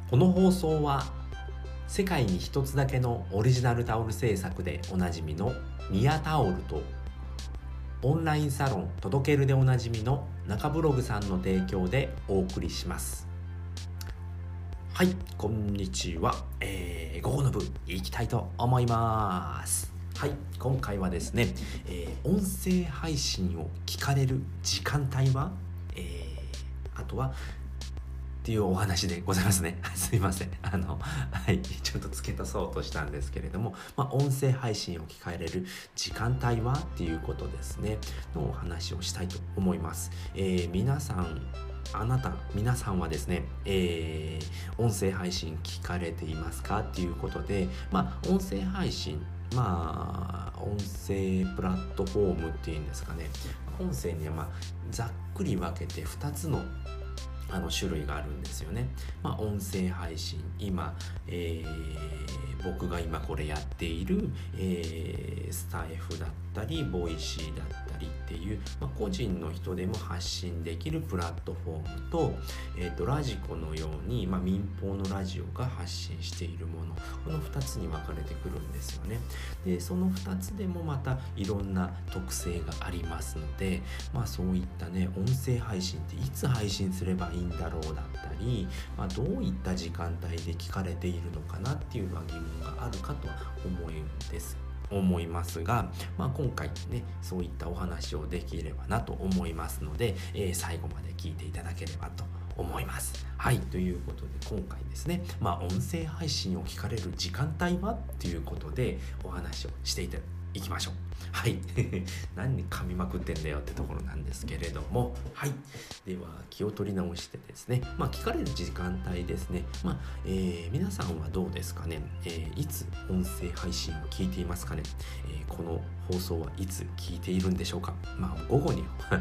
この放送は世界に一つだけのオリジナルタオル制作でおなじみのミヤタオルとオンラインサロン届けるでおなじみの中ブログさんの提供でお送りします。はい、こんにちは。午後の部いきたいと思います。はい、今回はですね、音声配信を聞かれる時間帯は、あとはっていうお話でございますね。すいません。はい、ちょっと付け足そうとしたんですけれども、音声配信を聞かれる時間帯はっていうことですね、のお話をしたいと思います。皆さんはですね、音声配信聞かれていますかっていうことで、音声配信、音声プラットフォームっていうんですかね。音声にはざっくり分けて2つの種類があるんですよね。音声配信、今、僕が今これやっている、スタイフだったりボイシーだったりっていう、個人の人でも発信できるプラットフォームと、ラジコのように、民放のラジオが発信しているもの、この2つに分かれてくるんですよね。でその2つでもまたいろんな特性がありますので、そういったね、音声配信っていつ配信すればいいんだろうだったり、どういった時間帯で聞かれているのかなっていうのは疑問があるかとは思いますが、今回ね、そういったお話をできればなと思いますので、最後まで聞いていただければと思います。はい、ということで今回ですね、音声配信を聞かれる時間帯はということでお話をしていきましょう。はい。何噛みまくってんだよってところなんですけれども、はい。では気を取り直してですね、聞かれる時間帯ですね。皆さんはどうですかね。いつ音声配信を聞いていますかね。この放送はいつ聞いているんでしょうか。午後に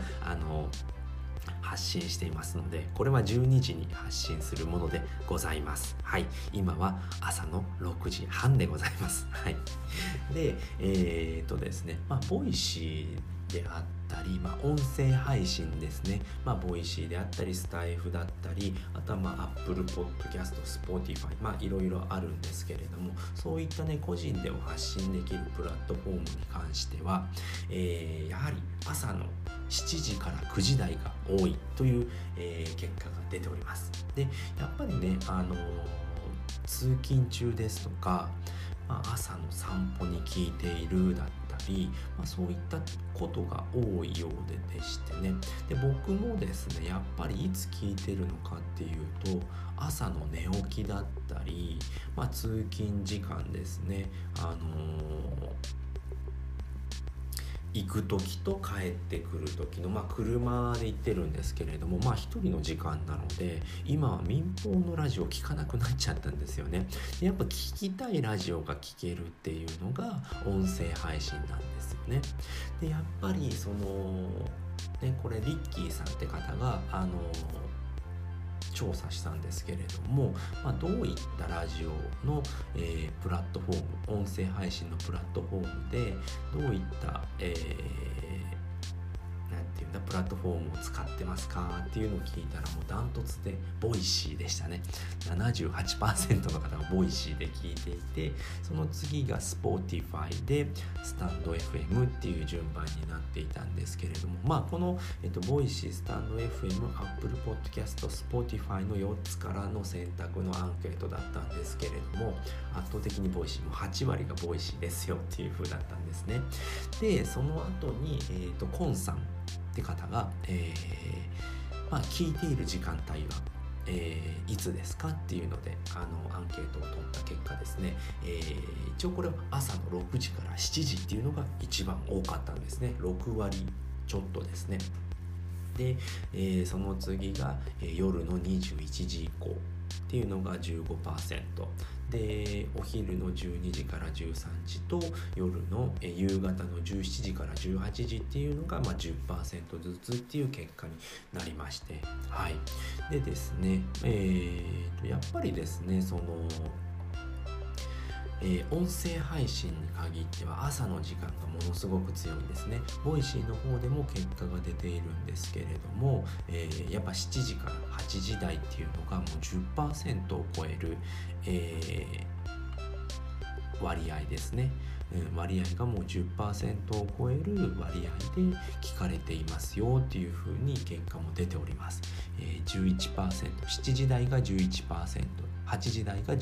発信していますので、これは12時に発信するものでございます。はい、今は朝の6時半でございます。はい。で、ですね、ボイシーであったり、音声配信ですね、ボイシーであったりスタイフだったり、あとはApple Podcast、Spotify、いろいろあるんですけれども、そういったね、個人でも発信できるプラットフォームに関しては、やはり朝の7時から9時台が多いという、結果が出ております。で、やっぱりね、通勤中ですとか、朝の散歩に聞いているだったり、そういったことが多いようでしてね。で、僕もですね、やっぱりいつ聞いてるのかっていうと、朝の寝起きだったり、通勤時間ですね、行く時と帰ってくる時の、車で行ってるんですけれども、一人の時間なので、今は民放のラジオ聞かなくなっちゃったんですよね。やっぱ聞きたいラジオが聞けるっていうのが音声配信なんですよね。で、やっぱりこれリッキーさんって方が調査したんですけれども、どういったラジオの、プラットフォーム、音声配信のプラットフォームでどういった、プラットフォームを使ってますかっていうのを聞いたら、もうダントツでボイシーでしたね。 78% の方がボイシーで聞いていて、その次が Spotify でスタンド FM っていう順番になっていたんですけれども、この、ボイシー、スタンド FM、Apple Podcast、Spotify の4つからの選択のアンケートだったんですけれども、圧倒的にボイシー、もう8割がボイシーですよっていう風だったんですね。で、その後に、コンさんって方が、聞いている時間帯は、いつですかっていうのでアンケートを取った結果ですね、一応これは朝の6時から7時っていうのが一番多かったんですね。6割ちょっとですね。で、その次が、夜の21時以降っていうのが 15%で、お昼の12時から13時と夜の、夕方の17時から18時っていうのが、10% ずつっていう結果になりまして、はい。でですね、やっぱりですね、 音声配信に限っては朝の時間がものすごく強いんですね。ボイシーの方でも結果が出ているんですけれども、やっぱ7時から8時台っていうのがもう 10% を超える、割合ですね。割合がもう 10% を超える割合で聞かれていますよっていうふうに結果も出ております。11%、7時台が 11%、8時台が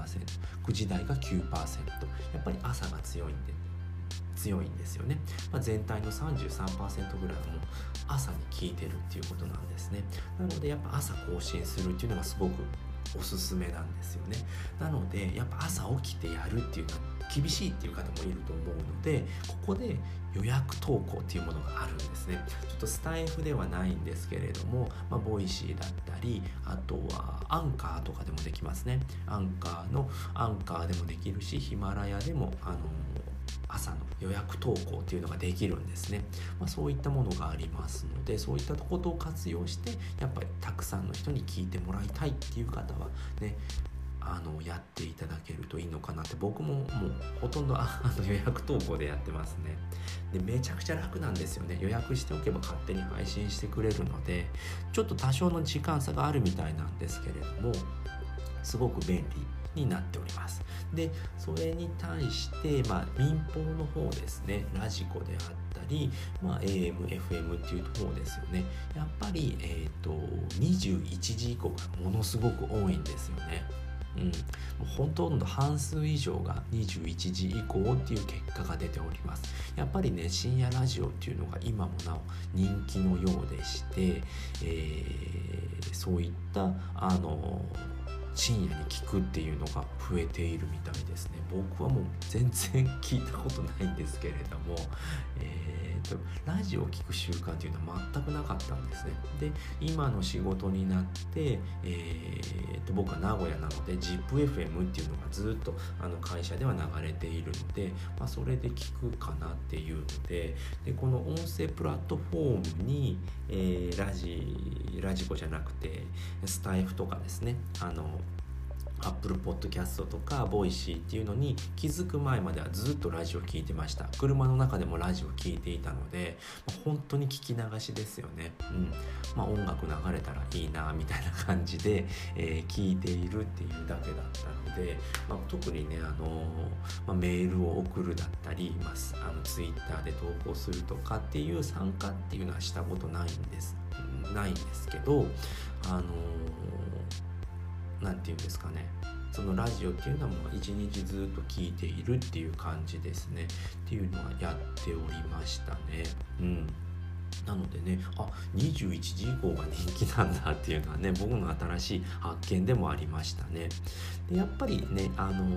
12%、9時台が 9%。やっぱり朝が強いんですよね。全体の 33% ぐらいはもう朝に聞いてるっていうことなんですね。なのでやっぱ朝更新するっていうのがすごくおすすめなんですよね。なのでやっぱ朝起きてやるっていうのは厳しいっていう方もいると思うので、ここで予約投稿っていうものがあるんですね。ちょっとスタイフではないんですけれども、ボイシーだったり、あとはアンカーとかでもできますね。アンカーでもできるし、ヒマラヤでも朝の予約投稿っていうのができるんですね。そういったものがありますので、そういったことを活用してやっぱりたくさんの人に聞いてもらいたいっていう方はね、やっていただけるといいのかなって。僕ももうほとんど予約投稿でやってますね。でめちゃくちゃ楽なんですよね。予約しておけば勝手に配信してくれるので、ちょっと多少の時間差があるみたいなんですけれども、すごく便利になっております。でそれに対して、民放の方ですね、ラジコであったり、AM、FM っていうところですよね。やっぱり、21時以降がものすごく多いんですよね。もうほとんど半数以上が21時以降っていう結果が出ております。やっぱりね、深夜ラジオっていうのが今もなお人気のようでして、そういった深夜に聞くっていうのが増えているみたいですね。僕はもう全然聞いたことないんですけれども、ラジオを聞く習慣っていうのは全くなかったんですね。で今の仕事になって、僕は名古屋なので ZIPFM っていうのがずっと会社では流れているので、それで聞くかなっていうので、この音声プラットフォームに、ラジコじゃなくてスタイフとかですね、Apple Podcast とか Voicy っていうのに気づく前まではずっとラジオ聞いてました。車の中でもラジオ聞いていたので、本当に聞き流しですよね。音楽流れたらいいなみたいな感じで、聞いているっていうだけだったので、特にねメールを送るだったり、Twitter で投稿するとかっていう参加っていうのはしたことないんですけど、なんていうんですかね、そのラジオっていうのはもう一日ずっと聞いているっていう感じですね。っていうのはやっておりましたね。なのでね、21時以降が人気なんだっていうのはね、僕の新しい発見でもありましたね。でやっぱりね、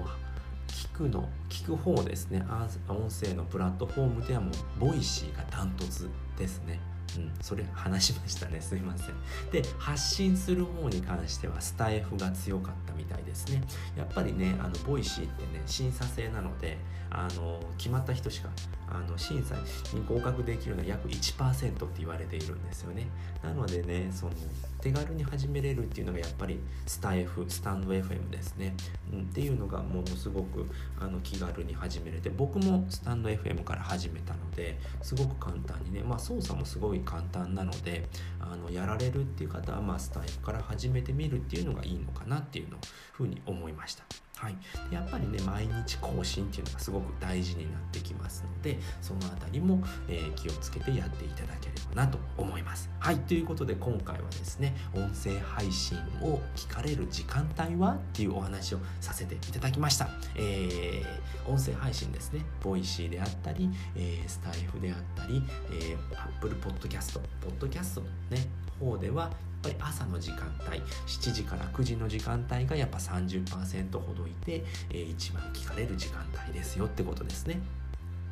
聞く方ですね、音声のプラットフォームではもうボイシーがダントツですね。それ話しましたね、すいません。で発信する方に関してはスタイフが強かったみたいですね。やっぱりね、ボイシーってね審査制なので、決まった人しか審査に合格できるのは約 1% って言われているんですよね。なのでね、その手軽に始めれるっていうのがやっぱりスタンド FM ですね、っていうのがものすごく気軽に始めれて、僕もスタンド FM から始めたのですごく簡単にね、操作もすごい簡単なのでやられるっていう方はスタイフから始めてみるっていうのがいいのかなっていうふうに思いました。やっぱりね、毎日更新っていうのがすごく大事になってきますので、そのあたりも、気をつけてやっていただければなと思います。ということで今回はですね、音声配信を聞かれる時間帯はっていうお話をさせていただきました。音声配信ですね、ボイシーであったり、スタイフであったり、Apple Podcast のね方ではやっぱり朝の時間帯、7時から9時の時間帯がやっぱ 30% ほどいて、一番聞かれる時間帯ですよってことですね。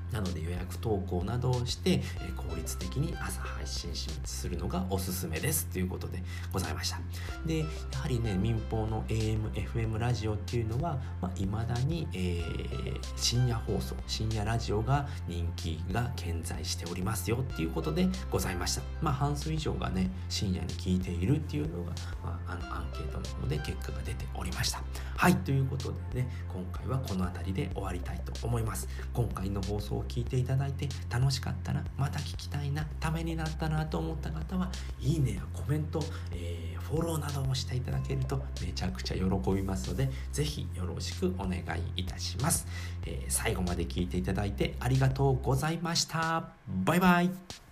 なので予約投稿などをして効率的に朝配信するのがおすすめですということでございました。でやはりね、民放の AM、FM ラジオっていうのは未だに、深夜放送、深夜ラジオが人気が健在しておりますよっていうことでございました。半数以上がね深夜に聞いているっていうのが、アンケートの方で結果が出ておりました。はい、ということでね、今回はこの辺りで終わりたいと思います。今回の放送を聞いていただいて楽しかったな、また聞きたいな、ためになったなと思った方はいいねやコメント、フォローなどもしていただけるとめちゃくちゃ喜びますので、ぜひよろしくお願いいたします。最後まで聞いていただいてありがとうございました。バイバイ。